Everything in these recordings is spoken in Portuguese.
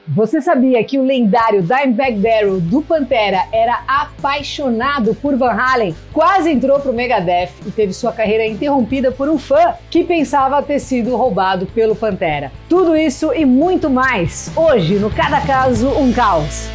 Você sabia que o lendário Dimebag Darrell do Pantera era apaixonado por Van Halen? Quase entrou pro Megadeth e teve sua carreira interrompida por um fã que pensava ter sido roubado pelo Pantera. Tudo isso e muito mais, hoje no Cada Caso, um Caos.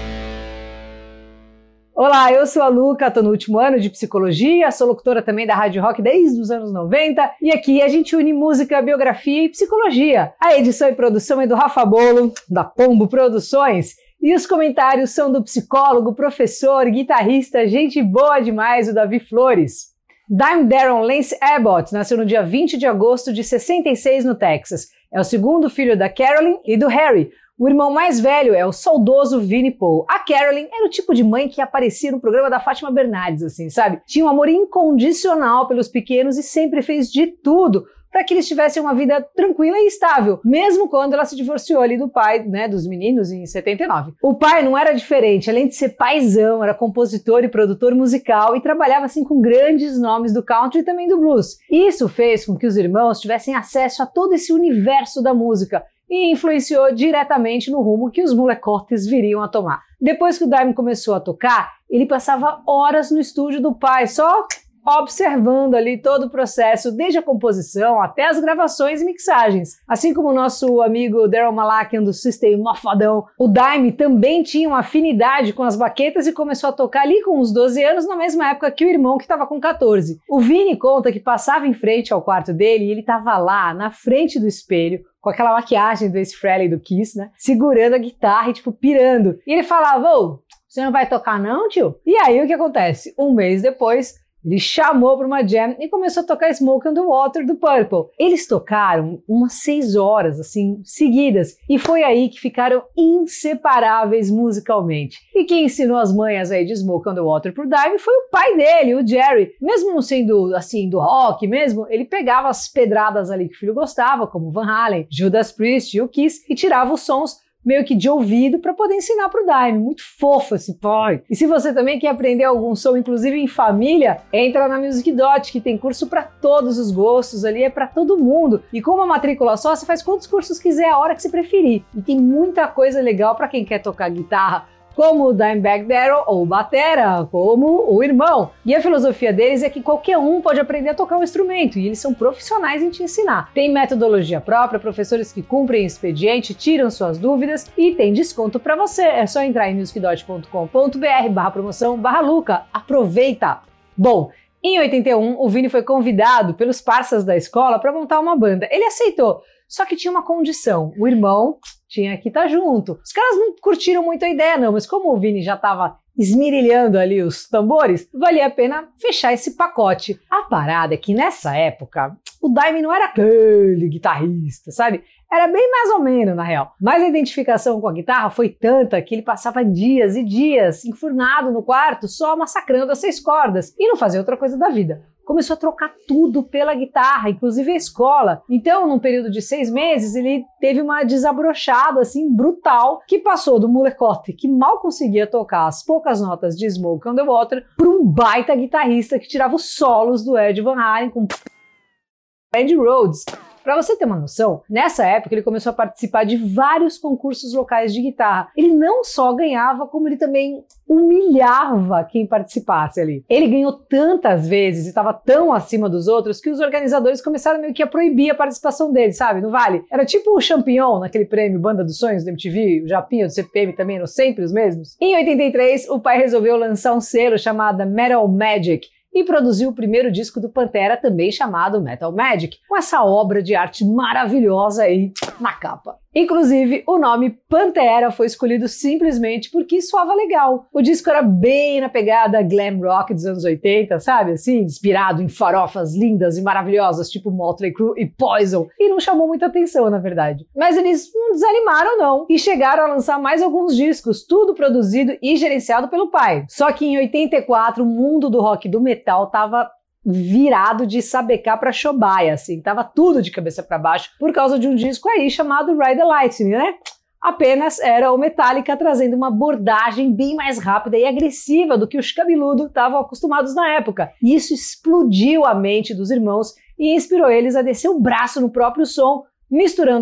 Olá, eu sou a Luca, tô no último ano de psicologia, sou locutora também da Rádio Rock desde os anos 90 e aqui a gente une música, biografia e psicologia. A edição e produção é do Rafa Bolo, da Pombo Produções, e os comentários são do psicólogo, professor, guitarrista, gente boa demais, o Davi Flores. Dimebag Darrell Lance Abbott nasceu no dia 20 de agosto de 66 no Texas. É o segundo filho da Carolyn e do Harry. O irmão mais velho é o saudoso Vinnie Paul. A Carolyn era o tipo de mãe que aparecia no programa da Fátima Bernardes, assim, sabe? Tinha um amor incondicional pelos pequenos e sempre fez de tudo para que eles tivessem uma vida tranquila e estável, mesmo quando ela se divorciou ali do pai, né, dos meninos em 79. O pai não era diferente, além de ser paizão, era compositor e produtor musical e trabalhava assim com grandes nomes do country e também do blues. Isso fez com que os irmãos tivessem acesso a todo esse universo da música e influenciou diretamente no rumo que os molecotes viriam a tomar. Depois que o Dime começou a tocar, ele passava horas no estúdio do pai, só observando ali todo o processo, desde a composição até as gravações e mixagens. Assim como o nosso amigo Daryl Malakian do System Mofadão, o Dime também tinha uma afinidade com as baquetas e começou a tocar ali com uns 12 anos, na mesma época que o irmão, que estava com 14. O Vinnie conta que passava em frente ao quarto dele e ele estava lá, na frente do espelho, com aquela maquiagem do Ace Frehley do Kiss, né? Segurando a guitarra e, tipo, pirando. E ele falava, ô, você não vai tocar não, tio? E aí o que acontece? Um mês depois, ele chamou para uma jam e começou a tocar Smoke on the Water do Purple. Eles tocaram umas 6 horas, assim, seguidas. E foi aí que ficaram inseparáveis musicalmente. E quem ensinou as manhas aí de Smoke on the Water pro Dime foi o pai dele, o Jerry. Mesmo não sendo, assim, do rock mesmo, ele pegava as pedradas ali que o filho gostava, como Van Halen, Judas Priest e o Kiss, e tirava os sons meio que de ouvido para poder ensinar pro Dime. Muito fofo esse pai. E se você também quer aprender algum som, inclusive em família, entra na Music Dot, que tem curso para todos os gostos ali, é para todo mundo. E com uma matrícula só, você faz quantos cursos quiser, a hora que você preferir. E tem muita coisa legal para quem quer tocar guitarra, como o Dimebag Darrell ou batera, como o irmão. E a filosofia deles é que qualquer um pode aprender a tocar um instrumento e eles são profissionais em te ensinar. Tem metodologia própria, professores que cumprem expediente, tiram suas dúvidas e tem desconto para você. É só entrar em musicdot.com.br/promoção/Luca. Aproveita! Bom, em 81, o Vinnie foi convidado pelos parceiros da escola para montar uma banda. Ele aceitou, só que tinha uma condição: o irmão tinha que estar junto. Os caras não curtiram muito a ideia não, mas como o Vinnie já estava esmirilhando ali os tambores, valia a pena fechar esse pacote. A parada é que nessa época, o Dime não era aquele guitarrista, sabe? Era bem mais ou menos, na real. Mas a identificação com a guitarra foi tanta que ele passava dias e dias enfurnado no quarto, só massacrando as 6 cordas, e não fazia outra coisa da vida. Começou a trocar tudo pela guitarra, inclusive a escola. Então, num período de 6 meses, ele teve uma desabrochada, assim, brutal, que passou do molecote que mal conseguia tocar as poucas notas de Smoke on the Water para um baita guitarrista que tirava os solos do Ed Van Halen com Randy Rhoads. Para você ter uma noção, nessa época ele começou a participar de vários concursos locais de guitarra. Ele não só ganhava, como ele também humilhava quem participasse ali. Ele ganhou tantas vezes e estava tão acima dos outros que os organizadores começaram meio que a proibir a participação dele, sabe? Não vale? Era tipo o Champignon naquele prêmio Banda dos Sonhos da MTV, o Japinha do CPM também eram sempre os mesmos. Em 83, o pai resolveu lançar um selo chamado Metal Magic, e produziu o primeiro disco do Pantera, também chamado Metal Magic, com essa obra de arte maravilhosa aí na capa. Inclusive, o nome Pantera foi escolhido simplesmente porque soava legal. O disco era bem na pegada glam rock dos anos 80, sabe? Assim, inspirado em farofas lindas e maravilhosas, tipo Motley Crue e Poison, e não chamou muita atenção, na verdade. Mas eles não desanimaram, não, e chegaram a lançar mais alguns discos, tudo produzido e gerenciado pelo pai. Só que em 84, o mundo do rock e do metal tava virado de sabecar pra Shobaia, assim, tava tudo de cabeça pra baixo por causa de um disco aí chamado Ride the Lightning, né? Apenas era o Metallica trazendo uma abordagem bem mais rápida e agressiva do que os cabeludos estavam acostumados na época. E isso explodiu a mente dos irmãos e inspirou eles a descer o braço no próprio som, misturando a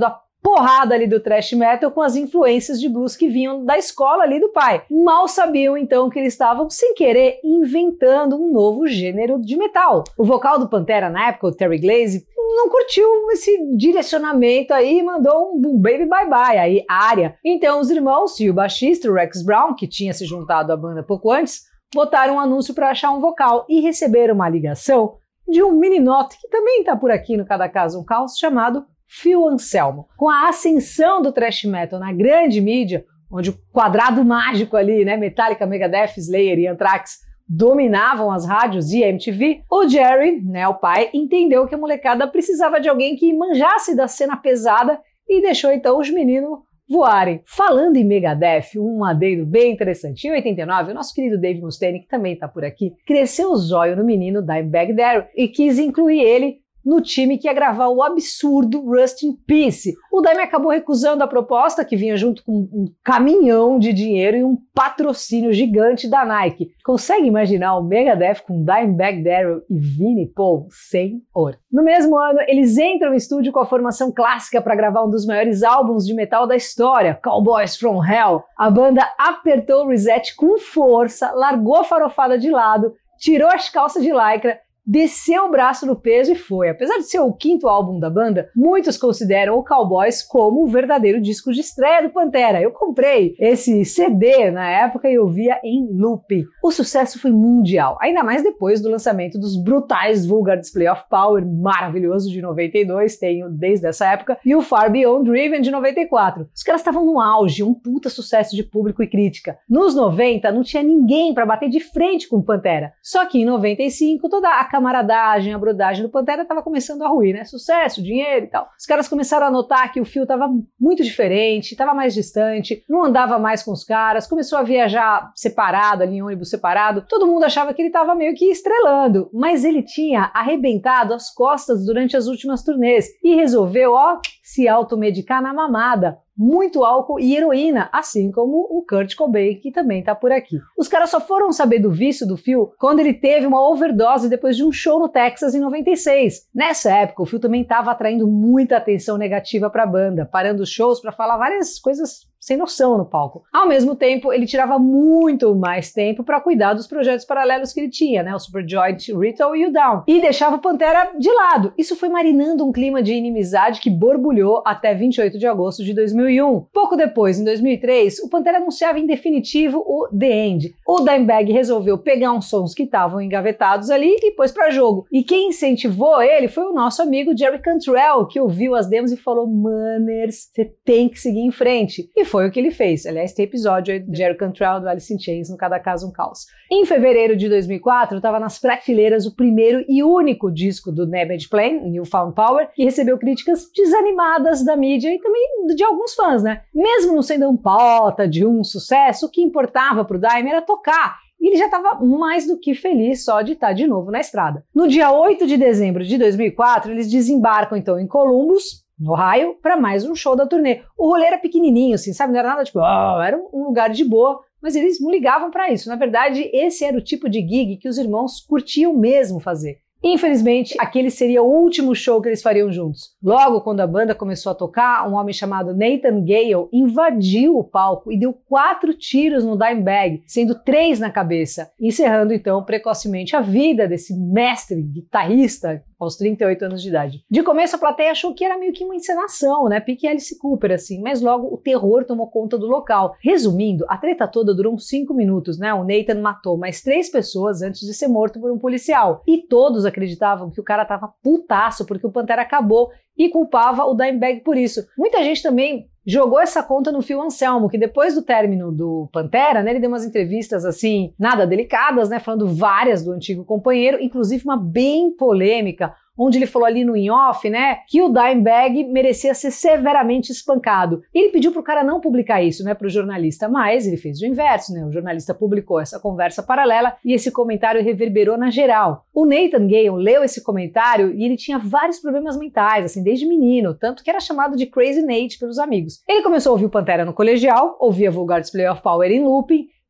porrada ali do thrash metal com as influências de blues que vinham da escola ali do pai. Mal sabiam então que eles estavam, sem querer, inventando um novo gênero de metal. O vocal do Pantera na época, o Terry Glaze, não curtiu esse direcionamento aí e mandou um boom baby bye bye, aí área. Então os irmãos e o baixista, o Rex Brown, que tinha se juntado à banda pouco antes, botaram um anúncio para achar um vocal e receberam uma ligação de um meninote que também está por aqui no Cada Caso um Caos, chamado Phil Anselmo. Com a ascensão do thrash metal na grande mídia, onde o quadrado mágico ali, né, Metallica, Megadeth, Slayer e Anthrax dominavam as rádios e a MTV, o Jerry, né, o pai, entendeu que a molecada precisava de alguém que manjasse da cena pesada e deixou então os meninos voarem. Falando em Megadeth, um adendo bem interessante. Em 89, o nosso querido Dave Mustaine, que também está por aqui, cresceu o zóio no menino Dimebag Darrell e quis incluir ele no time que ia gravar o absurdo Rust in Peace. O Dime acabou recusando a proposta, que vinha junto com um caminhão de dinheiro e um patrocínio gigante da Nike. Consegue imaginar o Megadeth com Dimebag Darrell e Vinnie Paul? Senhor! No mesmo ano, eles entram no estúdio com a formação clássica para gravar um dos maiores álbuns de metal da história, Cowboys from Hell. A banda apertou o reset com força, largou a farofada de lado, tirou as calças de lycra, desceu o braço no peso e foi. Apesar de ser o quinto álbum da banda, muitos consideram o Cowboys como o verdadeiro disco de estreia do Pantera. Eu comprei esse CD na época e ouvia em loop. O sucesso foi mundial, ainda mais depois do lançamento dos brutais Vulgar Display of Power, maravilhoso, de 92, tenho desde essa época, e o Far Beyond Driven, de 94. Os caras estavam no auge, um puta sucesso de público e crítica. Nos 90, não tinha ninguém para bater de frente com o Pantera. Só que em 95, toda a camaradagem, a brodagem do Pantera estava começando a ruir, né? Sucesso, dinheiro e tal. Os caras começaram a notar que o Phil estava muito diferente, estava mais distante, não andava mais com os caras, começou a viajar separado, ali em ônibus separado. Todo mundo achava que ele estava meio que estrelando, mas ele tinha arrebentado as costas durante as últimas turnês e resolveu, ó, se automedicar na mamada. Muito álcool e heroína, assim como o Kurt Cobain, que também tá por aqui. Os caras só foram saber do vício do Phil quando ele teve uma overdose depois de um show no Texas em 96. Nessa época, o Phil também estava atraindo muita atenção negativa para a banda, parando os shows para falar várias coisas sem noção no palco. Ao mesmo tempo, ele tirava muito mais tempo para cuidar dos projetos paralelos que ele tinha, né? O Superjoint, Ritual e o Down. E deixava o Pantera de lado. Isso foi marinando um clima de inimizade que borbulhou até 28 de agosto de 2001. Pouco depois, em 2003, o Pantera anunciava em definitivo o The End. O Dimebag resolveu pegar uns sons que estavam engavetados ali e pôs para jogo. E quem incentivou ele foi o nosso amigo Jerry Cantrell, que ouviu as demos e falou: "Manners, você tem que seguir em frente." E foi o que ele fez. Aliás, tem episódio aí do Jerry Cantrell do Alice in Chains no Cada Caso um Caos. Em fevereiro de 2004, estava nas prateleiras o primeiro e único disco do Damage Plan, Newfound Power, que recebeu críticas desanimadas da mídia e também de alguns fãs, né? Mesmo não sendo um pauta de um sucesso, o que importava pro Dime era tocar. E ele já estava mais do que feliz só de estar de novo na estrada. No dia 8 de dezembro de 2004, eles desembarcam então em Columbus, no Ohio, para mais um show da turnê. O rolê era pequenininho, assim, sabe? Não era nada tipo, era um lugar de boa, mas eles não ligavam para isso. Na verdade, esse era o tipo de gig que os irmãos curtiam mesmo fazer. Infelizmente, aquele seria o último show que eles fariam juntos. Logo, quando a banda começou a tocar, um homem chamado Nathan Gale invadiu o palco e deu 4 tiros no Dimebag, sendo 3 na cabeça, encerrando então precocemente a vida desse mestre guitarrista aos 38 anos de idade. De começo, a plateia achou que era meio que uma encenação, né? Pique Alice Cooper, assim, mas logo o terror tomou conta do local. Resumindo, a treta toda durou uns 5 minutos, né? O Nathan matou mais 3 pessoas antes de ser morto por um policial. E todos acreditavam que o cara tava putaço porque o Pantera acabou e culpava o Dimebag por isso. Muita gente também jogou essa conta no Phil Anselmo, que depois do término do Pantera, né, ele deu umas entrevistas assim, nada delicadas, né, falando várias do antigo companheiro, inclusive uma bem polêmica, onde ele falou ali no in-off, né, que o Dimebag merecia ser severamente espancado. Ele pediu pro cara não publicar isso, né, pro jornalista, mas ele fez o inverso, né, o jornalista publicou essa conversa paralela e esse comentário reverberou na geral. O Nathan Gale leu esse comentário e ele tinha vários problemas mentais, assim, desde menino, tanto que era chamado de Crazy Nate pelos amigos. Ele começou a ouvir o Pantera no colegial, ouvia Vulgar Display of Power em looping,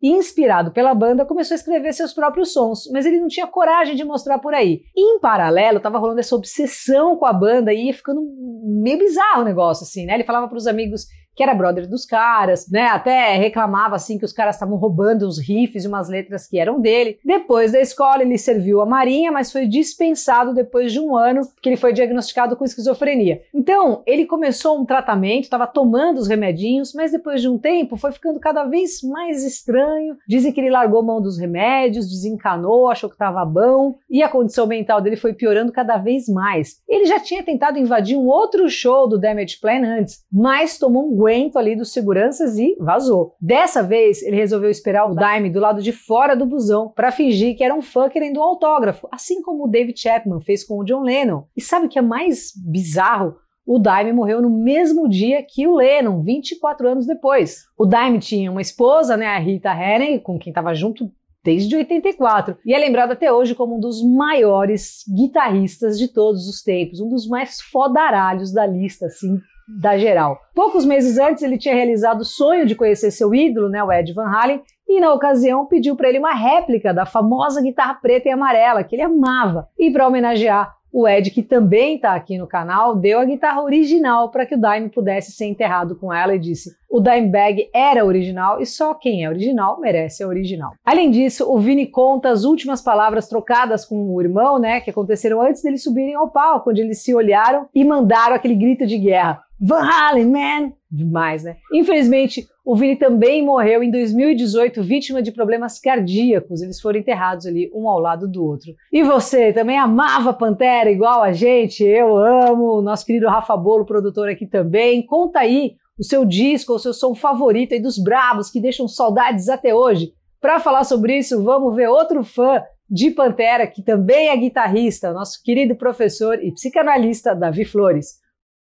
e, inspirado pela banda, começou a escrever seus próprios sons, mas ele não tinha coragem de mostrar por aí. E, em paralelo, estava rolando essa obsessão com a banda e ia ficando meio bizarro o negócio, assim, né? Ele falava para os amigos que era brother dos caras, né? Até reclamava, assim, que os caras estavam roubando os riffs e umas letras que eram dele. Depois da escola, ele serviu a Marinha, mas foi dispensado depois de um ano, que ele foi diagnosticado com esquizofrenia. Então, ele começou um tratamento, estava tomando os remedinhos, mas depois de um tempo foi ficando cada vez mais estranho. Dizem que ele largou mão dos remédios, desencanou, achou que estava bom, e a condição mental dele foi piorando cada vez mais. Ele já tinha tentado invadir um outro show do Damage Plan antes, mas tomou um aguento ali dos seguranças e vazou. Dessa vez, ele resolveu esperar o Dime do lado de fora do busão para fingir que era um fã querendo um autógrafo, assim como o David Chapman fez com o John Lennon. E sabe o que é mais bizarro? O Dime morreu no mesmo dia que o Lennon, 24 anos depois. O Dime tinha uma esposa, né, a Rita Hannay, com quem estava junto desde 84, e é lembrado até hoje como um dos maiores guitarristas de todos os tempos, um dos mais fodaralhos da lista, assim, da geral. Poucos meses antes, ele tinha realizado o sonho de conhecer seu ídolo, né, o Ed Van Halen, e na ocasião pediu para ele uma réplica da famosa guitarra preta e amarela, que ele amava. E para homenagear o Ed, que também está aqui no canal, deu a guitarra original para que o Dime pudesse ser enterrado com ela e disse: o Dimebag era original e só quem é original merece a original. Além disso, o Vini conta as últimas palavras trocadas com o irmão, né, que aconteceram antes deles subirem ao palco, onde eles se olharam e mandaram aquele grito de guerra: Van Halen, man! Demais, né? Infelizmente, o Vini também morreu em 2018, vítima de problemas cardíacos. Eles foram enterrados ali, um ao lado do outro. E você, também amava Pantera igual a gente? Eu amo. O nosso querido Rafa Bolo, produtor aqui também. Conta aí o seu disco ou o seu som favorito aí dos bravos que deixam saudades até hoje. Para falar sobre isso, vamos ver outro fã de Pantera, que também é guitarrista, o nosso querido professor e psicanalista Davi Flores.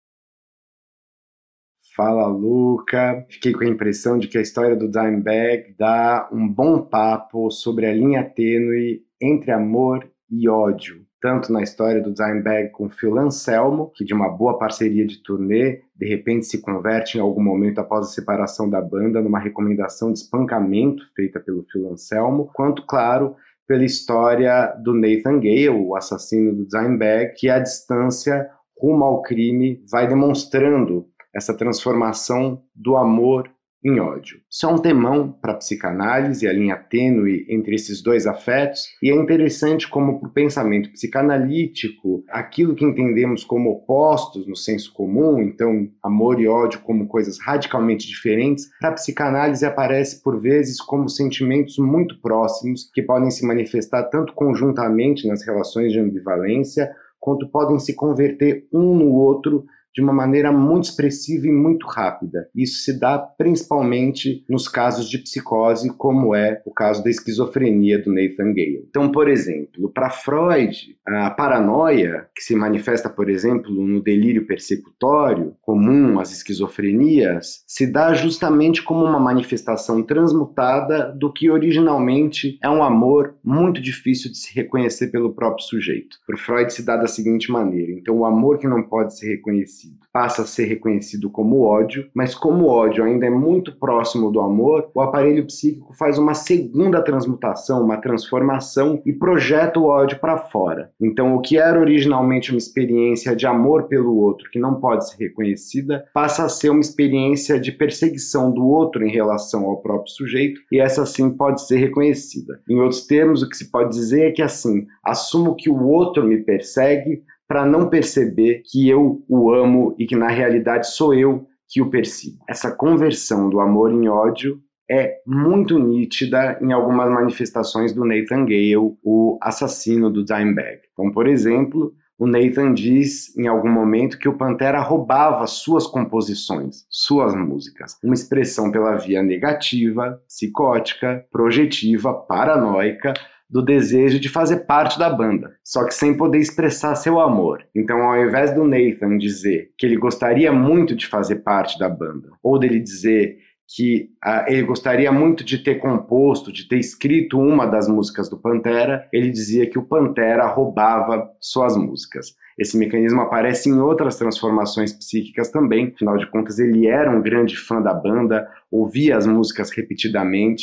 Fala, Luca. Fiquei com a impressão de que a história do Dimebag dá um bom papo sobre a linha tênue entre amor e ódio, tanto na história do Dimebag com Phil Anselmo, que de uma boa parceria de turnê, de repente se converte em algum momento após a separação da banda numa recomendação de espancamento feita pelo Phil Anselmo, quanto, claro, pela história do Nathan Gale, o assassino do Dimebag, que à distância, rumo ao crime, vai demonstrando essa transformação do amor em ódio. Isso é um temão para a psicanálise, a linha tênue entre esses dois afetos, e é interessante como para o pensamento psicanalítico, aquilo que entendemos como opostos no senso comum, então amor e ódio como coisas radicalmente diferentes, para a psicanálise aparece por vezes como sentimentos muito próximos, que podem se manifestar tanto conjuntamente nas relações de ambivalência, quanto podem se converter um no outro de uma maneira muito expressiva e muito rápida. Isso se dá principalmente nos casos de psicose, como é o caso da esquizofrenia do Nathan Gale. Então, por exemplo, para Freud, a paranoia, que se manifesta, por exemplo, no delírio persecutório, comum às esquizofrenias, se dá justamente como uma manifestação transmutada do que originalmente é um amor muito difícil de se reconhecer pelo próprio sujeito. Para Freud se dá da seguinte maneira: então o amor que não pode ser reconhecido passa a ser reconhecido como ódio, mas como o ódio ainda é muito próximo do amor, o aparelho psíquico faz uma segunda transmutação, uma transformação e projeta o ódio para fora. Então o que era originalmente uma experiência de amor pelo outro, que não pode ser reconhecida, passa a ser uma experiência de perseguição do outro em relação ao próprio sujeito, e essa sim pode ser reconhecida. Em outros termos, o que se pode dizer é que assim, assumo que o outro me persegue para não perceber que eu o amo e que na realidade sou eu que o persigo. Essa conversão do amor em ódio é muito nítida em algumas manifestações do Nathan Gale, o assassino do Dimebag. Então, por exemplo, o Nathan diz em algum momento que o Pantera roubava suas composições, suas músicas. Uma expressão pela via negativa, psicótica, projetiva, paranoica, do desejo de fazer parte da banda, só que sem poder expressar seu amor. Então, ao invés do Nathan dizer que ele gostaria muito de fazer parte da banda, ou dele dizer que ele gostaria muito de ter composto, de ter escrito uma das músicas do Pantera, ele dizia que o Pantera roubava suas músicas. Esse mecanismo aparece em outras transformações psíquicas também, afinal de contas ele era um grande fã da banda, ouvia as músicas repetidamente,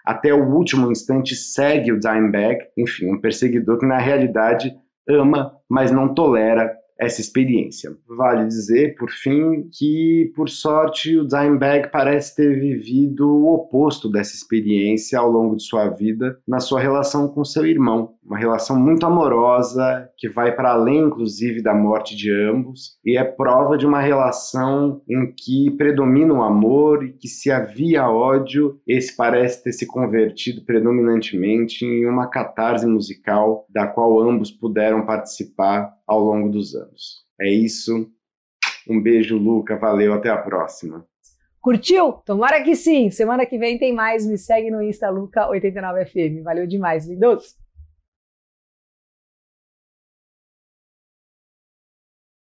até o último instante segue o Dimebag, enfim, um perseguidor que na realidade ama, mas não tolera essa experiência. Vale dizer, por fim, que, por sorte, o Dimebag parece ter vivido o oposto dessa experiência ao longo de sua vida na sua relação com seu irmão. Uma relação muito amorosa, que vai para além, inclusive, da morte de ambos, e é prova de uma relação em que predomina o amor e que, se havia ódio, esse parece ter se convertido predominantemente em uma catarse musical da qual ambos puderam participar ao longo dos anos. É isso. Um beijo, Luca. Valeu. Até a próxima. Curtiu? Tomara que sim. Semana que vem tem mais. Me segue no Insta, Luca89FM. Valeu demais, lindos!